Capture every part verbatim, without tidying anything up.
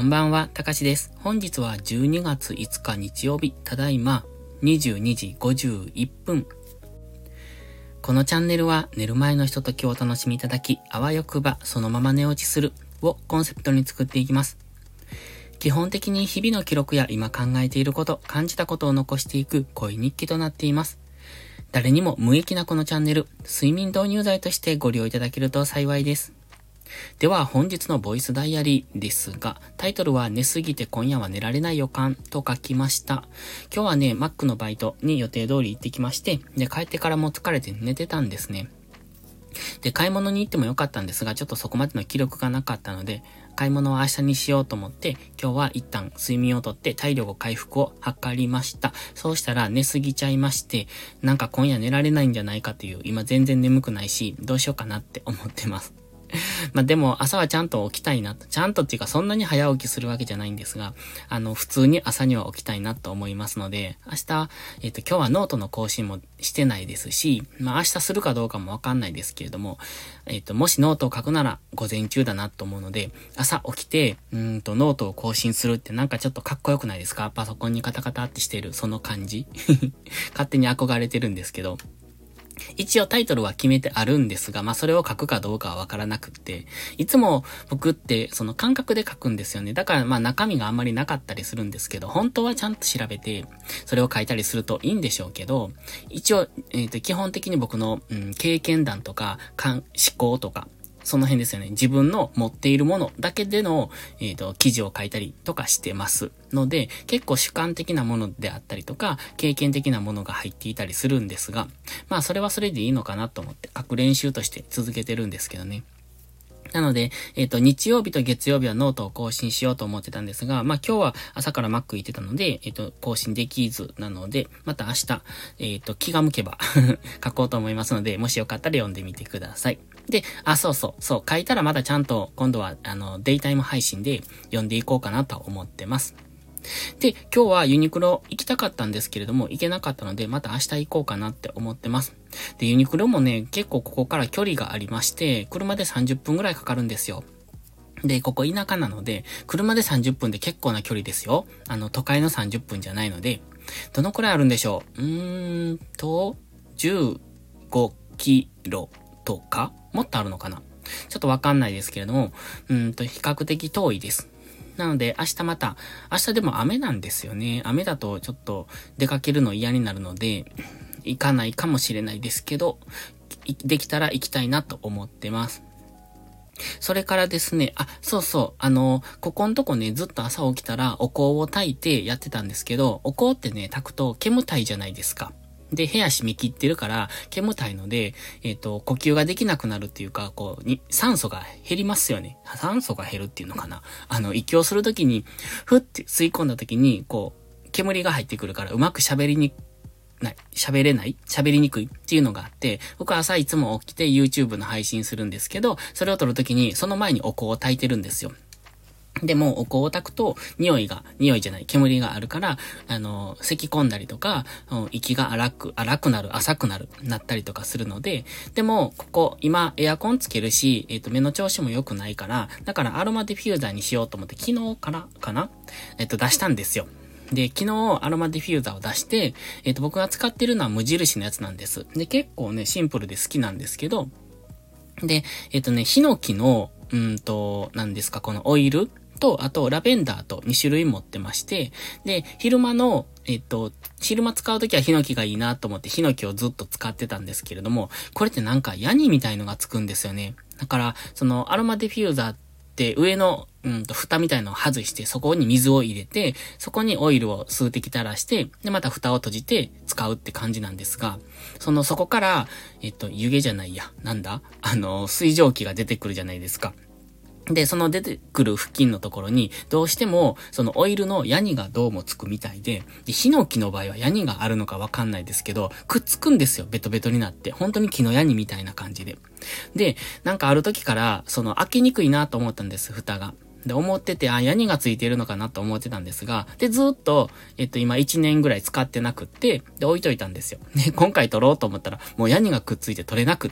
こんばんは、たかしです。本日はじゅうにがついつか日曜日、ただいまにじゅうにじごじゅういっぷん。このチャンネルは寝る前のひとときをお楽しみいただき、あわよくばそのまま寝落ちするをコンセプトに作っていきます。基本的に日々の記録や今考えていること、感じたことを残していく恋日記となっています。誰にも無益なこのチャンネル、睡眠導入剤としてご利用いただけると幸いです。では本日のボイスダイアリーですが、タイトルは寝すぎて今夜は寝られない予感と書きました。今日はね、マックのバイトに予定通り行ってきまして、で、帰ってからも疲れて寝てたんですね。で、買い物に行ってもよかったんですが、ちょっとそこまでの気力がなかったので、買い物は明日にしようと思って、今日は一旦睡眠をとって体力回復を図りました。そうしたら寝すぎちゃいまして、なんか今夜寝られないんじゃないかという、今全然眠くないし、どうしようかなって思ってます。まあでも朝はちゃんと起きたいなと。ちゃんとっていうかそんなに早起きするわけじゃないんですが、あの普通に朝には起きたいなと思いますので、明日、えっと今日はノートの更新もしてないですし、まあ明日するかどうかもわかんないですけれども、えっともしノートを書くなら午前中だなと思うので、朝起きて、うーんとノートを更新するってなんかちょっとかっこよくないですか？パソコンにカタカタってしてるその感じ。勝手に憧れてるんですけど、一応タイトルは決めてあるんですが、まあそれを書くかどうかはわからなくって、いつも僕ってその感覚で書くんですよね。だからまあ中身があんまりなかったりするんですけど、本当はちゃんと調べて、それを書いたりするといいんでしょうけど、一応、えっと基本的に僕の、うん、経験談とか、思考とか、その辺ですよね。自分の持っているものだけでの、えっと、記事を書いたりとかしてますので、結構主観的なものであったりとか、経験的なものが入っていたりするんですが、まあそれはそれでいいのかなと思って書く練習として続けてるんですけどね。なので、えっと、日曜日と月曜日はノートを更新しようと思ってたんですが、まあ今日は朝からマック行ってたので、えっと、更新できずなので、また明日、えっと、気が向けば書こうと思いますので、もしよかったら読んでみてください。で、あ、そうそう、そう、書いたらまたちゃんと今度は、あの、デイタイム配信で読んでいこうかなと思ってます。で、今日はユニクロ行きたかったんですけれども、行けなかったので、また明日行こうかなって思ってます。で、ユニクロもね、結構ここから距離がありまして、車でさんじゅっぷんぐらいかかるんですよ。で、ここ田舎なので、車でさんじゅっぷんで結構な距離ですよ。あの、都会のさんじゅっぷんじゃないので、どのくらいあるんでしょう？うーんと、じゅうごキロとかもっとあるのかな？ちょっとわかんないですけれども、うーんと、比較的遠いです。なので、明日また、明日でも雨なんですよね。雨だとちょっと出かけるの嫌になるので、行かないかもしれないですけど、できたら行きたいなと思ってます。それからですね、あ、そうそう、あの、ここんとこね、ずっと朝起きたらお香を焚いてやってたんですけど、お香ってね、焚くと煙たいじゃないですか。で、部屋閉め切ってるから、煙たいので、えっと、呼吸ができなくなるっていうか、こう、に、酸素が減りますよね。酸素が減るっていうのかな。あの、息をするときに、ふって吸い込んだときに、こう、煙が入ってくるから、うまく喋りに、ない、喋れない喋りにくいっていうのがあって、僕は朝いつも起きて YouTube の配信するんですけど、それを撮るときに、その前にお香を焚いてるんですよ。でも、お香を焚くと、匂いが、匂いじゃない、煙があるから、あの、咳込んだりとか、息が荒く、荒くなる、浅くなる、なったりとかするので、でも、ここ、今、エアコンつけるし、えっと、目の調子も良くないから、だからアロマディフューザーにしようと思って、昨日からかなえっと、出したんですよ。で、昨日、アロマディフューザーを出して、えっと、僕が使ってるのは無印のやつなんです。で、結構ね、シンプルで好きなんですけど、で、えっとね、ヒノキの、うんと、何ですか、このオイルと、あと、ラベンダーとにしゅるい持ってまして、で、昼間の、えっと、昼間使うときはヒノキがいいなと思ってヒノキをずっと使ってたんですけれども、これってなんかヤニみたいのがつくんですよね。だから、そのアロマディフューザーって上の、うんと、蓋みたいのを外して、そこに水を入れて、そこにオイルを数滴垂らして、で、また蓋を閉じて使うって感じなんですが、その、そこから、えっと、湯気じゃないや、なんだあの、水蒸気が出てくるじゃないですか。で、その出てくる付近のところに、どうしても、そのオイルのヤニがどうもつくみたいで、で、ヒノキの場合はヤニがあるのかわかんないですけど、くっつくんですよ、ベトベトになって。本当に木のヤニみたいな感じで。で、なんかある時から、その開けにくいなと思ったんです、蓋が。で、思ってて、あ、ヤニがついてるのかなと思ってたんですが、で、ずーっと、えっと、今いちねんぐらい使ってなくって、で、置いといたんですよ。で、今回取ろうと思ったら、もうヤニがくっついて取れなくって、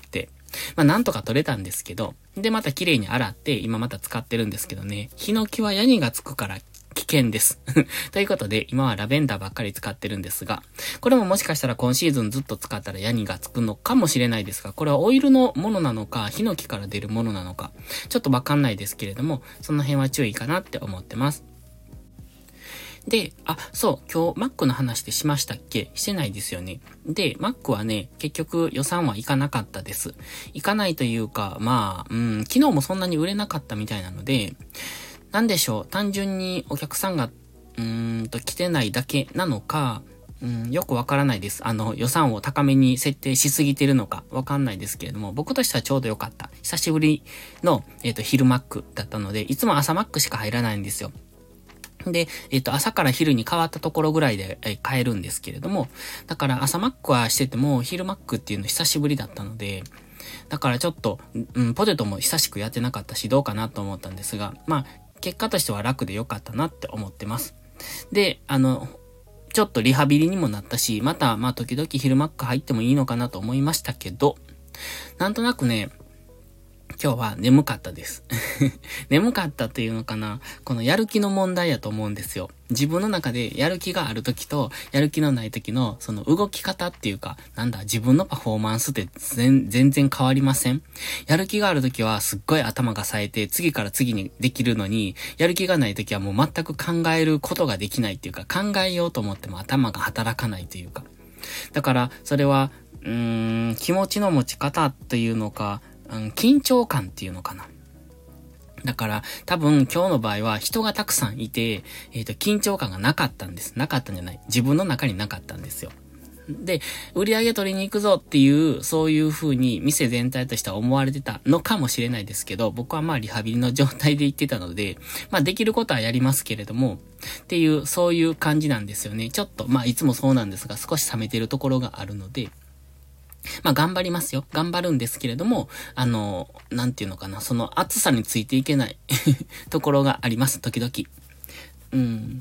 まあなんとか取れたんですけど、でまた綺麗に洗って今また使ってるんですけどね、ヒノキはヤニがつくから危険です。ということで今はラベンダーばっかり使ってるんですが、これももしかしたら今シーズンずっと使ったらヤニがつくのかもしれないですが、これはオイルのものなのか、ヒノキから出るものなのか、ちょっとわかんないですけれども、その辺は注意かなって思ってます。で、あ、そう、今日 Mac の話でしましたっけ？してないですよね。で、Mac はね、結局予算はいかなかったです。いかないというか、まあ、うん、昨日もそんなに売れなかったみたいなので、なんでしょう、単純にお客さんが、うーんと来てないだけなのか、うん、よくわからないです。あの、予算を高めに設定しすぎてるのかわかんないですけれども、僕としてはちょうどよかった。久しぶりの、えっと、昼 Mac だったので、いつも朝 Mac しか入らないんですよ。で、えっと、朝から昼に変わったところぐらいで、え買えるんですけれども、だから朝マックはしてても、昼マックっていうの久しぶりだったので、だからちょっと、うん、ポテトも久しくやってなかったし、どうかなと思ったんですが、まあ、結果としては楽で良かったなって思ってます。で、あの、ちょっとリハビリにもなったし、また、まあ、時々昼マック入ってもいいのかなと思いましたけど、なんとなくね、今日は眠かったです。眠かったっていうのかな、このやる気の問題やと思うんですよ。自分の中でやる気がある時とやる気のない時のその動き方っていうか、なんだ、自分のパフォーマンスって全然変わりません？やる気がある時はすっごい頭が冴えて次から次にできるのに、やる気がない時はもう全く考えることができないっていうか、考えようと思っても頭が働かないというか。だからそれは、うーん、気持ちの持ち方というのか、うん、緊張感っていうのかな。だから、多分今日の場合は人がたくさんいて、えっと、緊張感がなかったんです。なかったんじゃない。自分の中になかったんですよ。で、売り上げ取りに行くぞっていう、そういう風に店全体としては思われてたのかもしれないですけど、僕はまあリハビリの状態で行ってたので、まあできることはやりますけれども、っていう、そういう感じなんですよね。ちょっと、まあいつもそうなんですが、少し冷めてるところがあるので、まあ頑張りますよ。頑張るんですけれども、あの、なんていうのかな、その暑さについていけないところがあります、時々。うん。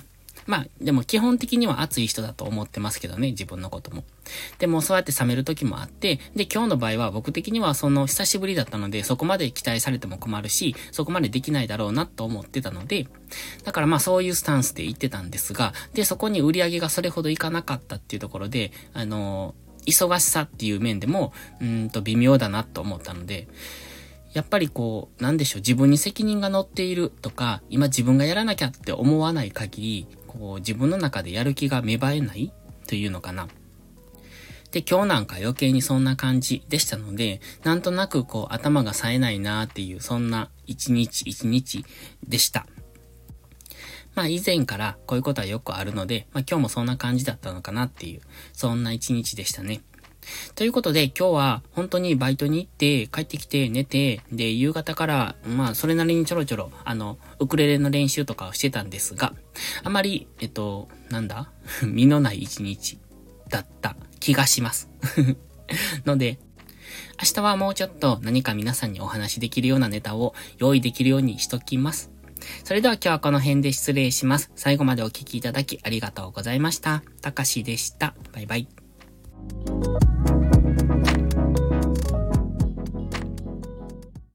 まあ、でも基本的には暑い人だと思ってますけどね、自分のことも。でもそうやって冷める時もあって、で、今日の場合は僕的にはその久しぶりだったので、そこまで期待されても困るし、そこまでできないだろうなと思ってたので、だからまあそういうスタンスで言ってたんですが、で、そこに売り上げがそれほどいかなかったっていうところで、あのー、忙しさっていう面でも、うーんと微妙だなと思ったので、やっぱりこう、なんでしょう、自分に責任が乗っているとか、今自分がやらなきゃって思わない限り、こう、自分の中でやる気が芽生えないというのかな。で、今日なんか余計にそんな感じでしたので、なんとなくこう、頭が冴えないなーっていう、そんな一日一日でした。まあ以前からこういうことはよくあるので、まあ今日もそんな感じだったのかなっていう、そんな一日でしたね。ということで今日は本当にバイトに行って帰ってきて寝て、で夕方からまあそれなりにちょろちょろあのウクレレの練習とかをしてたんですが、あまりえっとなんだ身のない一日だった気がしますので、明日はもうちょっと何か皆さんにお話できるようなネタを用意できるようにしときます。それでは今日はこの辺で失礼します。最後までお聞きいただきありがとうございました。たかしでした。バイバイ。